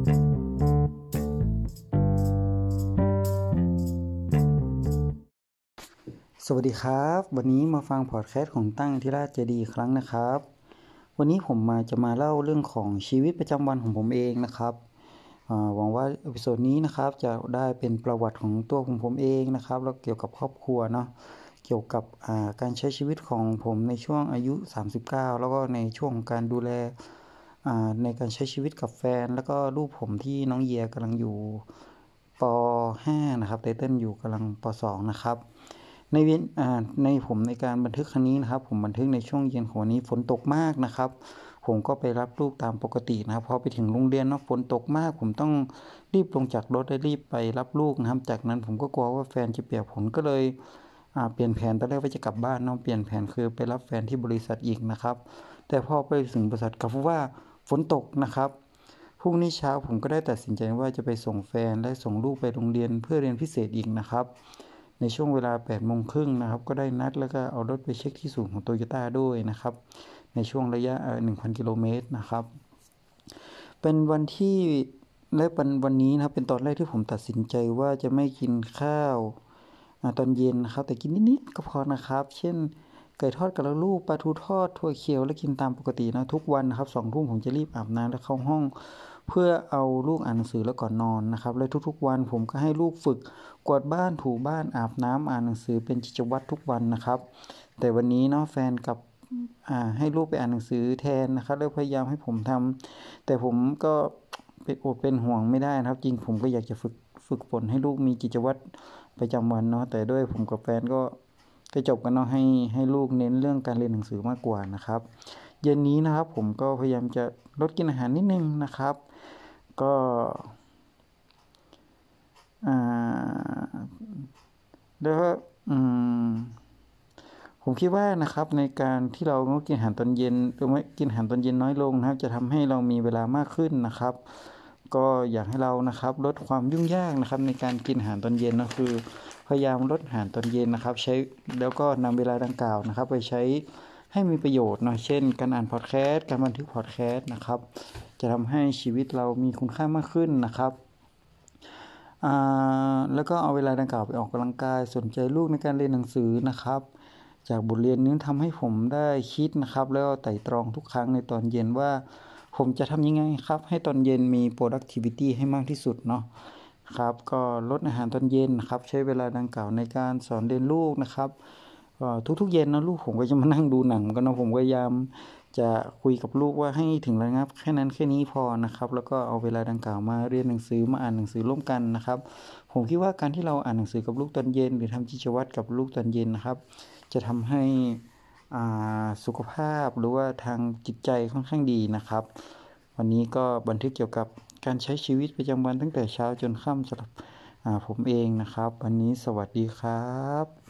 สวัสดีครับวันนี้มาฟังพอดแคสต์ของตั้งที่ราชเจดีย์อีกครั้งนะครับวันนี้ผมจะมาเล่าเรื่องของชีวิตประจำวันของผมเองนะครับหวังว่าเอพิโซดนี้นะครับจะได้เป็นประวัติของตัวผมเองนะครับแล้วเกี่ยวกับครอบครัวเนาะเกี่ยวกับการใช้ชีวิตของผมในช่วงอายุ39แล้วก็ในช่วงของการดูแลในการใช้ชีวิตกับแฟนแล้วก็ลูกผมที่น้องเยียกำลังอยู่ป .5 นะครับไตเติ้ลอยู่กำลังป .2 นะครับในผมในการบันทึกครั้งนี้นะครับผมบันทึกในช่วงเย็นของวันนี้ฝนตกมากนะครับผมก็ไปรับลูกตามปกตินะครับพอไปถึงโรงเรียนฝนตกมากผมต้องรีบลงจากรถและรีบไปรับลูกนะครับจากนั้นผมก็กลัวว่าแฟนจะเปียกผมก็เลยเปลี่ยนแผนตอนแรกว่าจะกลับบ้านเปลี่ยนแผนคือไปรับแฟนที่บริษัทอีกนะครับแต่พอไปถึงบริษัทกลับพบว่าฝนตกนะครับพรุ่งนี้เช้าผมก็ได้ตัดสินใจว่าจะไปส่งแฟนและส่งลูกไปโรงเรียนเพื่อเรียนพิเศษอีกนะครับในช่วงเวลา 8:30 น.นะครับก็ได้นัดแล้วก็เอารถไปเช็คที่ศูนย์ของ Toyota ด้วยนะครับในช่วงระยะ1,000 กิโลเมตรนะครับเป็นวันที่และวันนี้นะครับเป็นตอนแรกที่ผมตัดสินใจว่าจะไม่กินข้าวตอนเย็นนะครับแต่กินนิดๆก็พอนะครับเช่นไก่ทอดกระลูกปลาทูทอดถั่วเขียวและกินตามปกตินะทุกวันนะครับ2 ทุ่มผมจะรีบอาบน้ำแล้วเข้าห้องเพื่อเอาลูกอ่านหนังสือแล้วก่อนนอนนะครับและทุกๆวันผมก็ให้ลูกฝึกกวาดบ้านถูบ้านอาบน้ำอ่านหนังสือเป็นกิจวัตรทุกวันนะครับแต่วันนี้แฟนกับให้ลูกไปอ่านหนังสือแทนนะครับแล้วพยายามให้ผมทำแต่ผมก็เป็นห่วงไม่ได้นะครับจริงผมก็อยากจะฝึกฝนให้ลูกมีกิจวัตรประจำวันแต่ด้วยผมกับแฟนก็จบกันให้ลูกเน้นเรื่องการเรียนหนังสือมากกว่านะครับเย็นนี้นะครับผมก็พยายามจะลดกินอาหารนิดนึงนะครับก็แล้วผมคิดว่านะครับในการที่เรากินอาหารตอนเย็นหรือว่ากินอาหารตอนเย็นน้อยลงนะครับจะทำให้เรามีเวลามากขึ้นนะครับก็อยากให้เรานะครับลดความยุ่งยากนะครับในการกินอาหารตอนเย็นคือพยายามลดอาหารตอนเย็นนะครับใช้แล้วก็นำเวลาดังกล่าวนะครับไปใช้ให้มีประโยชน์เช่นการอ่านพอดแคสต์การบันทึกพอดแคสต์นะครับจะทำให้ชีวิตเรามีคุณค่ามากขึ้นนะครับแล้วก็เอาเวลาดังกล่าวไปออกกำลังกายสนใจลูกในการเรียนหนังสือนะครับจากบทเรียนนี้ทำให้ผมได้คิดนะครับแล้วไต่ตรองทุกครั้งในตอนเย็นว่าผมจะทำยังไงครับให้ตอนเย็นมี productivity ให้มากที่สุดครับก็ลดอาหารตอนเย็นนะครับใช้เวลาดังกล่าวในการสอนเรียนลูกนะครับทุกๆเย็นลูกผมก็จะมานั่งดูหนังกันผมพยายามจะคุยกับลูกว่าให้ถึงระงับแค่นั้นแค่นี้พอนะครับแล้วก็เอาเวลาดังกล่าวมาเรียนหนังสือมาอ่านหนังสือร่วมกันนะครับผมคิดว่าการที่เราอ่านหนังสือกับลูกตอนเย็นหรือทำกิจวัตรกับลูกตอนเย็นนะครับจะทำให้สุขภาพหรือว่าทางจิตใจค่อนข้างดีนะครับวันนี้ก็บันทึกเกี่ยวกับการใช้ชีวิตประจำวันตั้งแต่เช้าจนค่ำสำหรับผมเองนะครับวันนี้สวัสดีครับ